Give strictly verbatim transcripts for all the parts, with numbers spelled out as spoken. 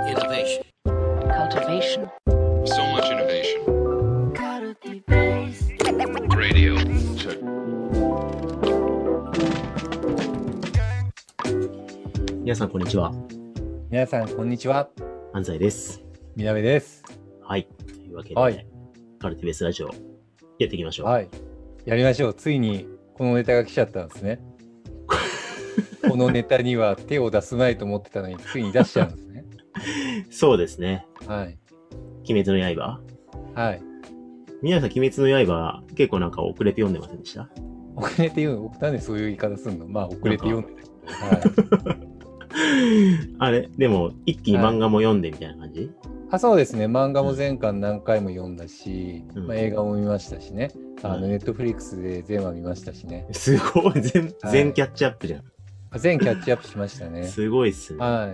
Innovation. Cultivation. So much innovation. Radio. Check. 皆さんこんにちは。 皆さんこんにちは。 安西です。 みなべです。 はい。というわけで、 はい、 カルティベースラジオやっていきましょう。 はい。やりましょう。ついにこのネタが来ちゃったんですね。このネタには手を出すまいと思ってたのについに出しちゃうんですね。 そうですね。 はい。 鬼滅の刃。 はい。 皆さん鬼滅の刃結構なんか遅れて読んでませんでした？ 遅れて読む。なんでそういう言い方するの？まあ遅れて読んでた。はい。 あれでも一気に漫画も読んでみたいな感じ？はい、 あ、そうですね。漫画も全巻何回も読んだし、うん、まあ、映画も見ましたしね。あの、ネットフリックスで全話見ましたしね。 すごい。全、全キャッチアップじゃん。 全キャッチアップしましたね。 すごいっすね。 はい。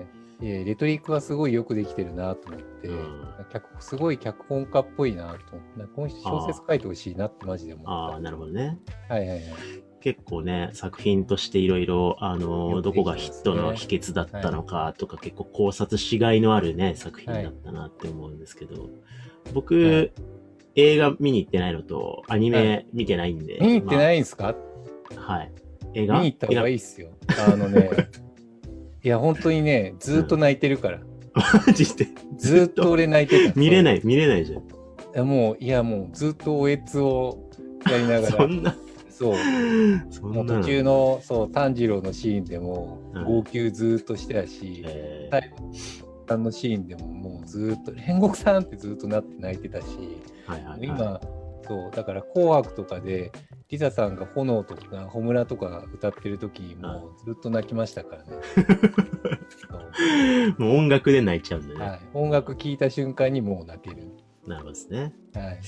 えー、レトリックはすごいよくできてるなと思って、うん、脚すごい脚本家っぽいなと思って、この人小説書いてほしいなってマジで思った。 ああ、なるほどね。 はいはいはい。 結構ね、作品としていろいろ、あの、どこがヒットの秘訣だったのかとか、はい、結構考察しがいのあるね、作品だったなって思うんですけど、はい、僕、はい、映画見に行ってないのと、アニメ見てないんで。はい、 見に行ってないんですか？ まあ、はい。映画見に行った方がいいっすよ。あのね、いや、本当にね、ずーっと泣いてるから。 マジでずーっと俺泣いてた。 見れない、見れないじゃん。いや、もう、いや、もうずっとおえつをやりながら。 そんな。 そう。そんなもう途中の、そう、炭治郎のシーンでも、号泣ずーっとしてたし、最後さんのシーンでももうずーっと、煉獄さんってずーっとなって泣いてたし、はいはいはい、今、そう、だから紅白とかで、リサさんが炎とか、ホムラとか歌ってる時もずっと泣きましたからね。 もう音楽で泣いちゃうんだよね。 はい。音楽聴いた瞬間にもう泣ける。 なるほどですね。 はい。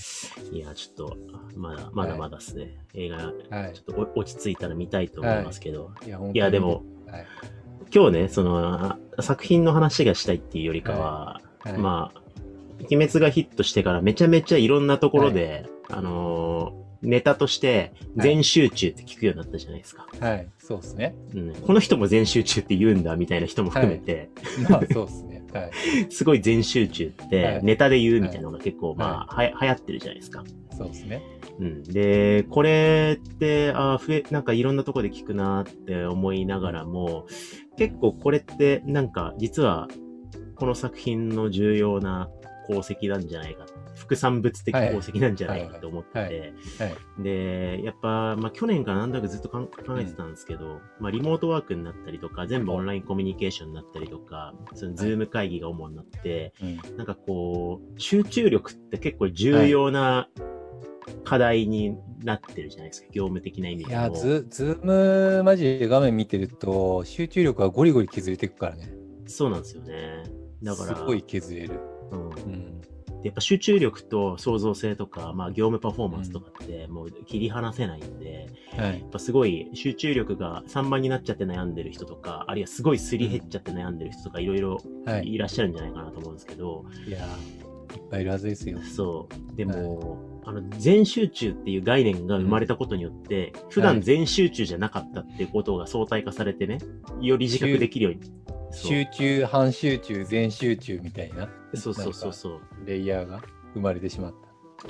いや、ちょっと、まだ、まだまだですね。はい、映画、ちょっと落ち着いたら見たいと思いますけど。はい、いや、いやでも、はい、今日ね、その、作品の話がしたいっていうよりかは、はいはい、まあ、鬼滅がヒットしてからめちゃめちゃいろんなところで、はい、あのー、ネタとして全集中って聞くようになったじゃないですか。 はい、はい、そうですね、 うん。この人も全集中って言うんだみたいな人も含めて。 はい、まあそうですね。はい。 すごい全集中ってネタで言うみたいなのが結構まあ、はい、は流行ってるじゃないですか。 そうですね。 うん。で、これって、あ増え、なんかいろんなとこで聞くなって思いながらも、結構これってなんか実はこの作品の重要な功績なんじゃないか。副産物的功績なんじゃないかと思ってて。で、やっぱ、まあ去年からなんだかずっと考えてたんですけど、うん、まあリモートワークになったりとか、全部オンラインコミュニケーションになったりとか、そのズーム会議が主になって、はい、なんかこう、集中力って結構重要な課題になってるじゃないですか、業務的な意味でも。 いや、ズ、ズームマジで画面見てると、集中力はゴリゴリ削れていくからね。 そうなんですよね。だから。 すごい削れる。 うん。うんやっぱ集中力と創造性とか、まあ業務パフォーマンスとかってもう切り離せないんで、うん、やっぱすごい集中力が散漫になっちゃって悩んでる人とか、あるいはすごいすり減っちゃって悩んでる人とかいろいろいらっしゃるんじゃないかなと思うんですけど。 はい、いやー、いっぱいいるはずですよ。 そう。でも、はい、あの、全集中っていう概念が生まれたことによって、うん、普段全集中じゃなかったっていうことが相対化されてね、より自覚できるように。 集中、半集中、全集中みたいな。 そうそうそうそう。 レイヤーが生まれてしまった。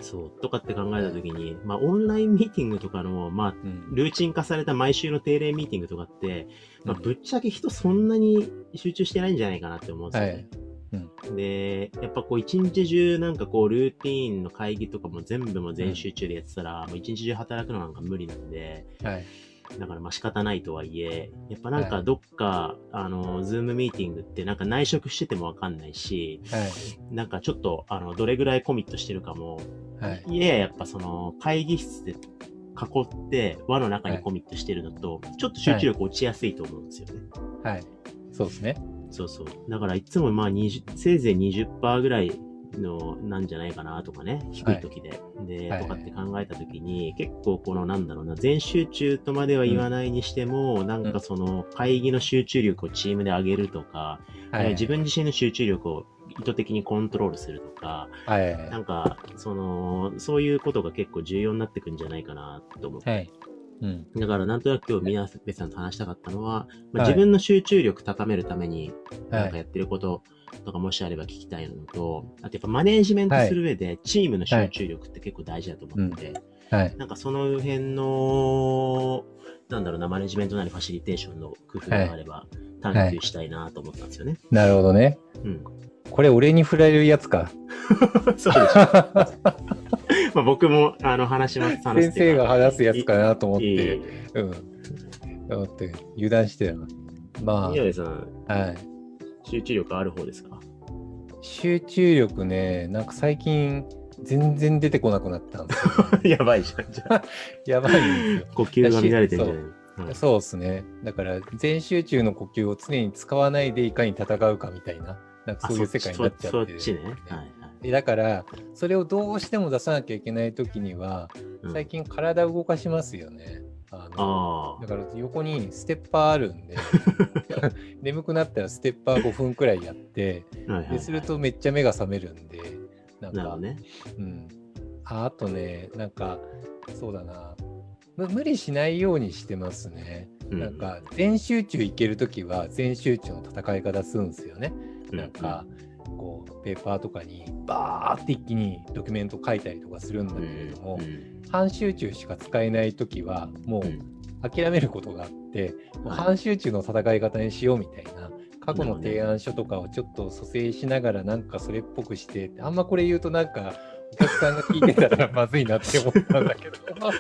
そう。とかって考えたときに、まあ、オンラインミーティングとかの、まあ、うん、ルーチン化された毎週の定例ミーティングとかって、まあ、ぶっちゃけ人そんなに集中してないんじゃないかなって思うんですよね。はいうん、で、やっぱこう一日中なんかこうルーティーンの会議とかも全部も全集中でやってたら、うん、もう一日中働くのなんか無理なんで、はいだからまあ仕方ないとはいえ、やっぱなんかどっか、はい、あの、ズームミーティングってなんか内職しててもわかんないし、はい、なんかちょっと、あの、どれぐらいコミットしてるかも、はい、いややっぱその会議室で囲って輪の中にコミットしてるのと、はい、ちょっと集中力落ちやすいと思うんですよね。 はい。はい、そうですね。 そうそう。だからいつもまあにじゅう、せいぜい にじゅっパーセント ぐらいのなんじゃないかなとかね、低い時で、はい、で、はい、とかって考えた時に、結構このなんだろうな、全集中とまでは言わないにしても、うん、なんかその会議の集中力をチームで上げるとか、はい、自分自身の集中力を意図的にコントロールするとか、はい、なんかそのそういうことが結構重要になってくんじゃないかなと思って。はいうん、 だからなんとなく今日宮部さんと話したかったのは、まあ、自分の集中力高めるためになんかやってることとかもしあれば聞きたいのと、はい、あとやっぱマネージメントする上でチームの集中力って結構大事だと思って、 はいはい、 なんかその辺のなんだろうなマネジメントなりファシリテーションの工夫があれば探求したいなと思ったんですよね。 はいはい、なるほどね。うん。これ俺に振られるやつか。 そうでしょ。まあ僕もあの話します。 先生が話すやつかなと思って、うん。思って油断してたな。まあ。 宮部さん、 はい。 集中力ある方ですか？ 集中力ね、なんか最近全然出てこなくなったんですよ。やばいじゃん、じゃあ。 やばいんですよ。 呼吸が乱れてるじゃない。 そう、そうですね。だから全集中の呼吸を常に使わないでいかに戦うかみたいな、なんかそういう世界になっちゃってる、ね。 そっちね。はい。 だからそれをどうしても出さなきゃいけないときには、最近体を動かしますよね。あのあだから横にステッパーあるんで眠くなったらステッパーごふんくらいやってはいはい、はい、でするとめっちゃ目が覚めるんでなんか、 ねうん、あ, あとねなんかそうだな無理しないようにしてますね、うん、なんか全集中いけるときは全集中の戦い方するんですよね、うん、なんかこうペーパーとかにバーって一気にドキュメント書いたりとかするんだけれども、うんうん半集中しか使えないときはもう諦めることがあって、うん、もう半集中の戦い方にしようみたいな過去の提案書とかをちょっと蘇生しながらなんかそれっぽくしてあんまこれ言うとなんかお客さんが聞いてたらまずいなって思ったんだけどまあ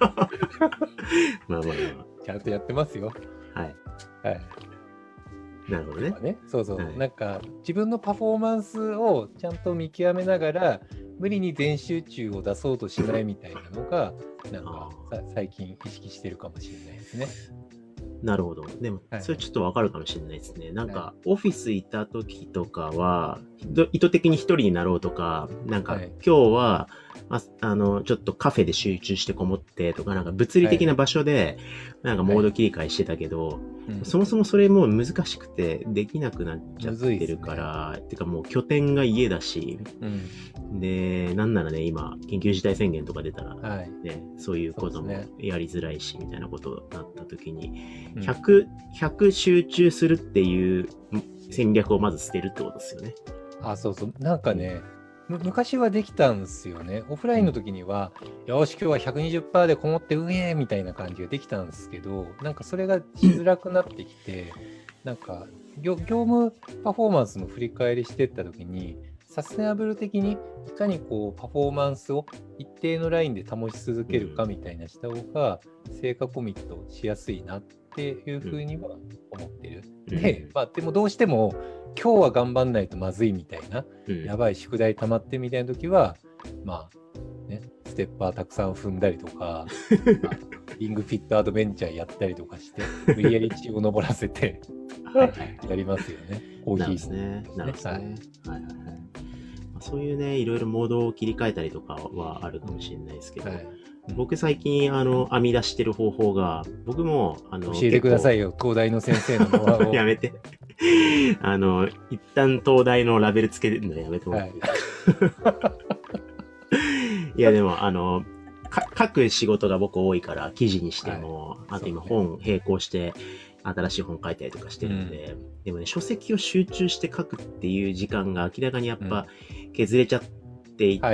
まあまあちゃんとやってますよ。 はいはいなるほどね。 ねそうそう、はい、なんか自分のパフォーマンスをちゃんと見極めながら無理に全集中を出そうとしないみたいなのがなんか最近意識してるかもしれないですね。 なるほど。でも、それちょっとわかるかもしれないですね。はい、なんか、オフィスいた時とかは、意図的に一人になろうとか、なんか、はい、今日は、あ, あの、ちょっとカフェで集中してこもってとか、なんか物理的な場所で、なんかモード切り替えしてたけど、はいうん、そもそもそれもう難しくてできなくなっちゃってるから、ね、てかもう拠点が家だし、うん、で、なんならね、今、緊急事態宣言とか出たら、ね、はい、そういうこともやりづらいし、みたいなことになった時に、ひゃく、ひゃく集中するっていう戦略をまず捨てるってことですよね。 あ、そうそう。なんかね、うん昔はできたんですよね。オフラインの時には、うん、よし今日は ひゃくにじゅっパーセント でこもってうえーみたいな感じができたんですけど、なんかそれがしづらくなってきて、なんか業務パフォーマンスの振り返りしていった時に、サステナブル的にいかにこうパフォーマンスを一定のラインで保ち続けるかみたいなした方が成果コミットしやすいなっていうふうには思ってる。うん、で、まあでもどうしても今日は頑張んないとまずいみたいな、うん、やばい宿題溜まってみたいな時はまあねステッパーたくさん踏んだりとかまあ、リングフィットアドベンチャーやったりとかして無理やり血を登らせてやりますよね。コーヒーですね。なるほどね。はいはいはい。そういうね、いろいろモードを切り替えたりとかはあるかもしれないですけど、はい、僕最近あの編み出してる方法が、僕もあの教えてくださいよ、東大の先生のノウハウを。 やめて。あの、一旦東大のラベルつけるのやめてもらって。はい、いやでもあの、書く仕事が僕多いから記事にしても、はい、あと今本並行して新しい本書いたりとかしてるんで、うん、でもね書籍を集中して書くっていう時間が明らかにやっぱ削れちゃっていって、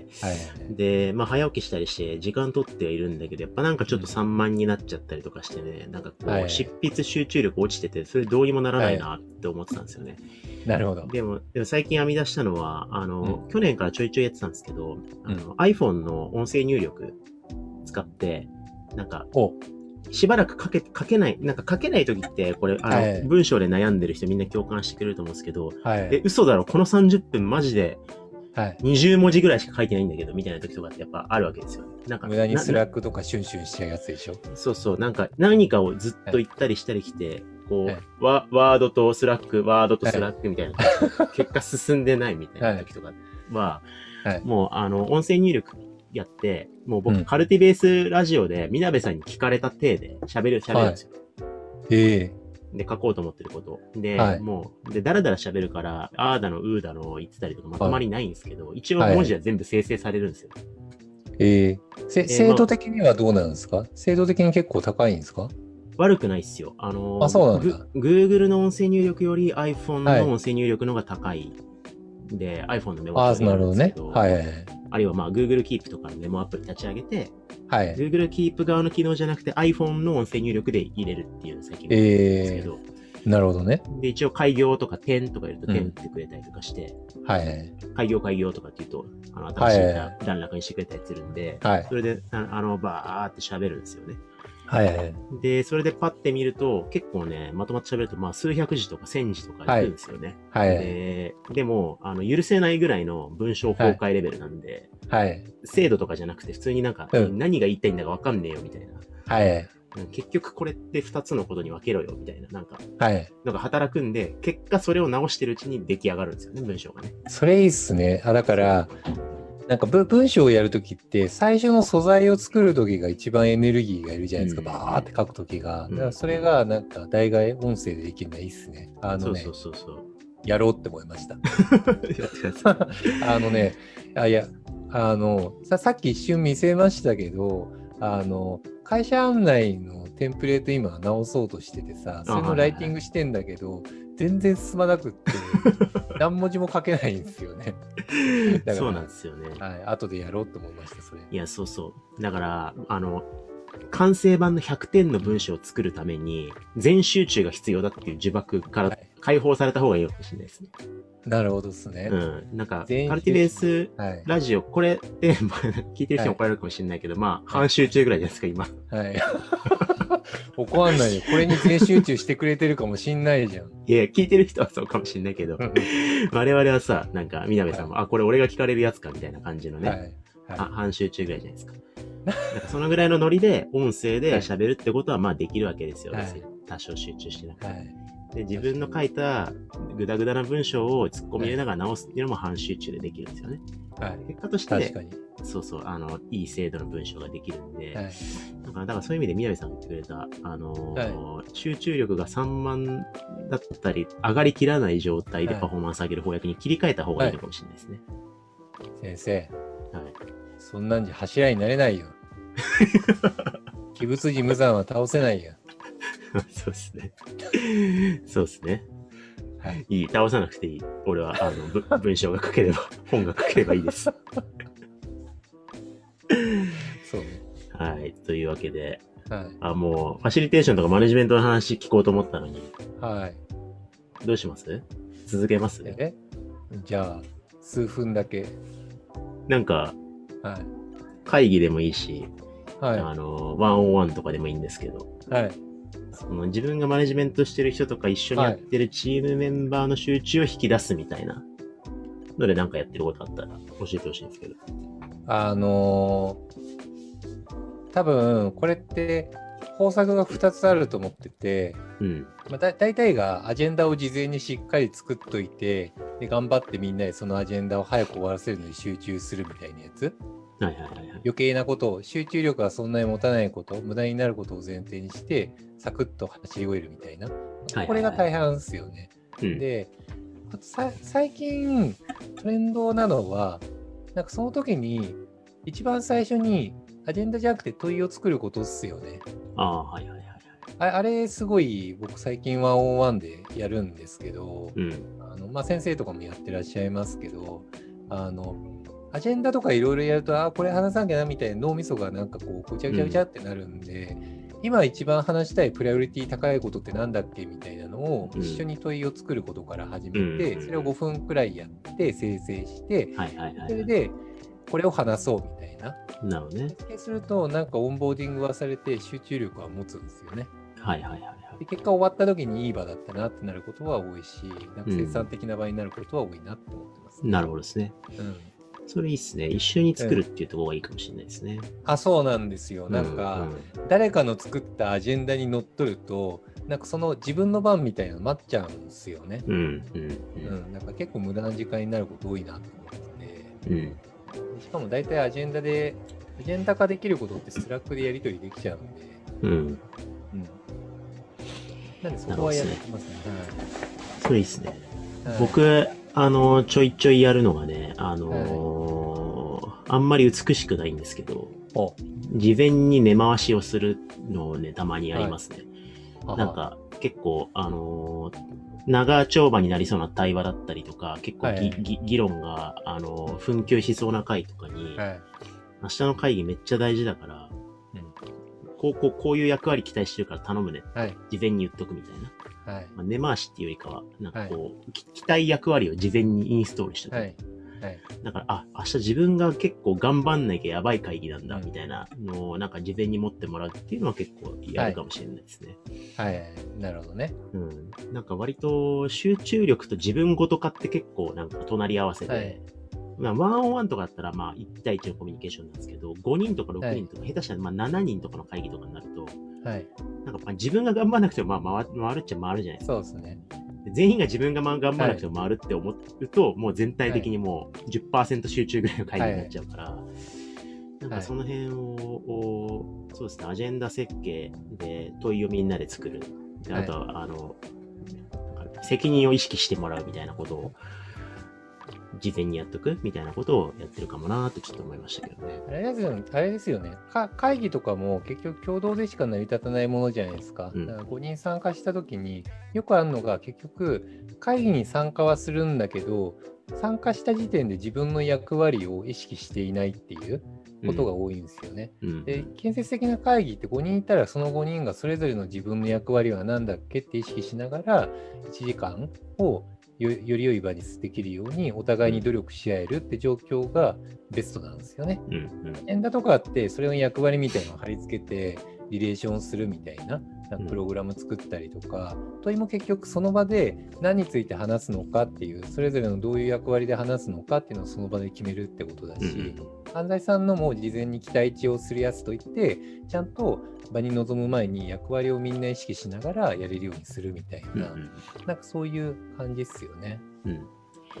でまあ早起きしたりして時間取ってはいるんだけどやっぱなんかちょっと散漫になっちゃったりとかしてね、なんかこう執筆集中力落ちててそれどうにもならないなって思ってたんですよね。 なるほど。 でも、でも最近編み出したのは、あの、うん、去年からちょいちょいやってたんですけど、あの、うん、iPhone の音声入力使って、なんか、しばらく書け、書けない、なんか書けない時って、これ、あの、はい、文章で悩んでる人みんな共感してくれると思うんですけど、はい、え、嘘だろ、このさんじゅっぷんマジで、にじゅうもじぐらいしか書いてないんだけど、みたいな時とかってやっぱあるわけですよね。なんか無駄にスラックとかシュンシュンしちゃうやつでしょ。 そうそう、なんか何かをずっと行ったりしたり来て、こう、はい、ワ, ワードとスラック、ワードとスラックみたいな、はい、結果進んでないみたいな時とかは、はい、もうあの、音声入力やって、もう僕、うん、カルティベースラジオで、みなべさんに聞かれた体で喋る、喋るんですよ。 へ、はい、えー。 で、書こうと思ってること。で、はい、もう、で、だらだら喋るから、あーだの、うーだの言ってたりとかまとまりないんですけど、はい、一応文字は全部生成されるんですよ。 えー、せ精度的にはどうなんですか、まあ、精度的に結構高いんですか？ 悪くないっすよ。あのー、 あ、そうなんだ。 Google の音声入力より iPhone の音声入力のが高い。はい、で、iPhone のメモ帳なんですけど、 あ、なるほどね。はいはいはい。 あるいはまあ Google Keep とかのメモアプリ立ち上げて、 はい、 Google Keep 側の機能じゃなくて iPhone の音声入力で入れるっていうのを最近思ってるんですけど、 えー、なるほどね。 で、一応開業とか点とか入れると点打ってくれたりとかして、 うん、はい。 開業開業とかって言うと、あの、新しい段落にしてくれたりするんで、はい、それで、あの、バーって喋るんですよね。 はいはい。 で、それでパッて見ると、結構ね、まとまって喋ると、まあ、数百字とか千字とかいくんですよね。はい。はい、で、でも、あの、許せないぐらいの文章崩壊レベルなんで、はい。精度とかじゃなくて、普通になんか、うん、何が言いたいんだかわかんねえよ、みたいな。はい。結局これって二つのことに分けろよ、みたいな、なんか、はい。なんか働くんで、結果それを直してるうちに出来上がるんですよね、文章がね。 それいいっすね。あ、だから、なんか文章をやるときって、最初の素材を作るときが一番エネルギーがいるじゃないですか、うん、バーって書くときが。だからそれがなんか代替音声でできるのはいいっすね。あのね、そうそうそうそう。やろうって思いました。あのね、あ、いや、あのさ、さっき一瞬見せましたけど、あの、会社案内のテンプレート今直そうとしててさ、それのライティングしてんだけど、全然進まなくって、何文字も書けないんですよね。 だからそうなんですよね。 はい、後でやろうと思いました、それ。 いや、そうそう。だから、あの、完成版のひゃくてんの文章を作るために、全集中が必要だっていう呪縛から解放された方がいいかもしれないですね。はい、 なるほどですね。 うん。なんか、カルティベースラジオ、はい、これって聞いてる人に怒られるかもしれないけど、はい、まあ、半集中ぐらいじゃないですか、今。はい。 怒らんないよ。これに全集中してくれてるかもしんないじゃん。 いや、聞いてる人はそうかもしんないけど、我々はさ、なんか、みなべさんも、はい、あ、これ俺が聞かれるやつか、みたいな感じのね。はいはい、半集中ぐらいじゃないですか。なんかそのぐらいのノリで、音声で喋るってことは、まあできるわけですよ。はい、多少集中してなくて。はい、で、自分の書いたグダグダな文章を突っ込み入れながら直すっていうのも半集中でできるんですよね。はい、結果として、確かにそうそう、あの、いい精度の文章ができるんで、はい、だから、だからそういう意味で宮部さんが言ってくれた、あのーはい、集中力がさんまんだったり、上がりきらない状態でパフォーマンス上げる翻訳に切り替えた方がいいのかもしれないですね。 はい、先生。はい。そんなんじゃ柱になれないよ。鬼物寺無惨は倒せないよ。 そうですね。そうですね。はい。いい。倒さなくていい。俺は、あの、文章が書ければ、本が書ければいいです。そうね。はい。というわけで、はい、あ、もう、ファシリテーションとかマネジメントの話聞こうと思ったのに。はい。どうします？続けます？ え？じゃあ、数分だけ。 なんか、はい、会議でもいいし、はい、あの、ワンオンワンとかでもいいんですけど、はい、その自分がマネジメントしてる人とか一緒にやってるチームメンバーの集中を引き出すみたいなのでなんかやってることあったら教えてほしいんですけど。 あのー、多分これって方策がふたつあると思ってて、うんまあ、だ大体がアジェンダを事前にしっかり作っといてで頑張ってみんなでそのアジェンダを早く終わらせるのに集中するみたいなやつ、はいはいはいはい、余計なことを集中力がそんなに持たないこと無駄になることを前提にしてサクッと走り終えるみたいな、はいはいはい、これが大半ですよね、うん、であとさ最近トレンドなのはなんかその時に一番最初にアジェンダじゃなくて問いを作ることっすよね。ああ、はいはいはい。あ, あれすごい僕最近ワンオンワンでやるんですけど、うんあのまあ、先生とかもやってらっしゃいますけど、あのアジェンダとかいろいろやると、あこれ話さなきゃなみたいな脳みそがなんかこうぐちゃぐちゃぐちゃってなるんで、うん、今一番話したいプライオリティ高いことってなんだっけみたいなのを一緒に問いを作ることから始めて、うん、それをごふんくらいやって生成して、はいはいはいはい、それでこれを話そうみたいな。なるほどね。そうするとなんかオンボーディングはされて集中力は持つんですよね。はいはいはい、はい。で結果終わった時にいい場だったなってなることは多いし、なんか生産的な場になることは多いなって思ってます、ねうん。なるほどですね。うん。それいいっすね。一緒に作るっていうところがいいかもしれないですね。うん、 あ、そうなんですよ。なんか、うんうん、誰かの作ったアジェンダにのっとると、なんかその自分の番みたいなの待っちゃうんですよね。うんうんうん。うん、なんか結構無駄な時間になること多いなと思ってて。うん。しかも大体アジェンダで、アジェンダ化できることってスラックでやり取りできちゃうんで。うん。うん。なんでそこはやってますね。はい。 それいいっすね。はい、僕、あの、ちょいちょいやるのがね、あのーはい、 あんまり美しくないんですけど、事前に根回しをするのをね、たまにやりますね。はい、なんか、結構、あのー、長丁場になりそうな対話だったりとか、結構、はい、議論が、あのー、紛糾しそうな回とかに、はい、明日の会議めっちゃ大事だから、うん、こう、こう、こういう役割期待してるから頼むねって、事前に言っとくみたいな。はい、まあ、根回しっていうよりかは、なんかこう、はい、期待役割を事前にインストールしておく。はいはい、だから、あ、明日自分が結構頑張んなきゃやばい会議なんだ、みたいなのを、なんか事前に持ってもらうっていうのは結構やるかもしれないですね。 はい、はい、なるほどね。 うん。なんか割と集中力と自分ごと化って結構なんか隣り合わせで、はい、まあ、ワンオンワンとかだったらまあいち対いちのコミュニケーションなんですけど、ごにんとかろくにんとか、はい、下手したらまあしちにんとかの会議とかになると、はい、なんかまあ自分が頑張らなくてもまあ回る、回るっちゃ回るじゃないですか。 そうですね。 全員が自分が頑張らなくても回るって思うと、はい、もう全体的にもう じゅっパーセント 集中ぐらいの会議になっちゃうから、はい、なんかその辺を、はい、そうですね、アジェンダ設計で問いをみんなで作る。であとは、はい、あの、責任を意識してもらうみたいなことを事前にやっとくみたいなことをやってるかもなーってちょっと思いましたけどね。 あれですよね。あれですよね。か会議とかも結局共同でしか成り立たないものじゃないですか。うん、だからごにん参加した時によくあるのが結局会議に参加はするんだけど、参加した時点で自分の役割を意識していないっていうことが多いんですよね。うん、で、建設的な会議ってごにんいたらそのごにんがそれぞれの自分の役割は何だっけって意識しながらいちじかんをよ, より良い場にできるようにお互いに努力し合えるって状況がベストなんですよね。うんうん、エンダとかってそれの役割みたいなのを貼り付けてリレーションするみたいな、なんかプログラム作ったりとか、うん、問いも結局その場で何について話すのかっていう、それぞれのどういう役割で話すのかっていうのをその場で決めるってことだし、うん、安西さんのも事前に期待値をするやつといってちゃんと場に臨む前に役割をみんな意識しながらやれるようにするみたいな、うん、なんかそういう感じですよね。うん。うん、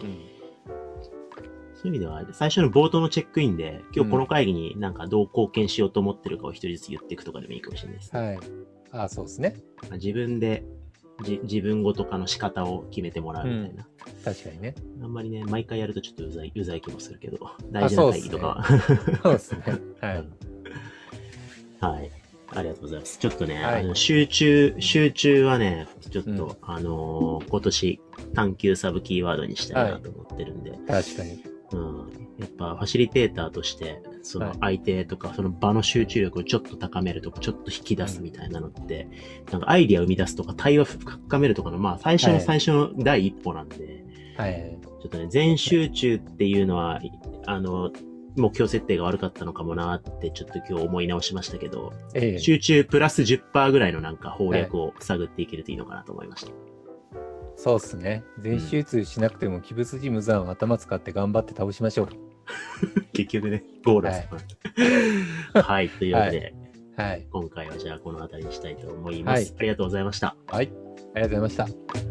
そういう意味では、最初の冒頭のチェックインで、今日この会議になんかどう貢献しようと思ってるかを一人ずつ言っていくとかでもいいかもしれないですね。 はい。ああ、そうですね。 自分でじ自分ごと化の仕方を決めてもらうみたいな。 うん、確かにね。 あんまりね、毎回やるとちょっとうざい、うざい気もするけど、大事な会議とかは。 そうですね。はい。 はい。ありがとうございます。ちょっとね、はい、あの集中、集中はね、ちょっと、うん、あのー、今年探求サブキーワードにしたいなと思ってるんで。はい、 確かに。 うん。やっぱファシリテーターとして、その相手とか、その場の集中力をちょっと高めるとか、ちょっと引き出すみたいなのって、うん、なんかアイディアを生み出すとか、対話深めるとかの、まあ最初の最初の第一歩なんで、はい。ちょっとね、全集中っていうのは、あの、目標設定が悪かったのかもなってちょっと今日思い直しましたけど、ええ、集中プラス じゅっパーセント ぐらいのなんか攻略を探っていけるといいのかなと思いました。はい、 そうっすね。全集中しなくても鬼物寺無惨を頭使って頑張って倒しましょう。 結局ね、ゴールです。はい、はい、というわけで、はいはい、今回はじゃあこの辺りにしたいと思います、はい。ありがとうございました。 はい、ありがとうございました。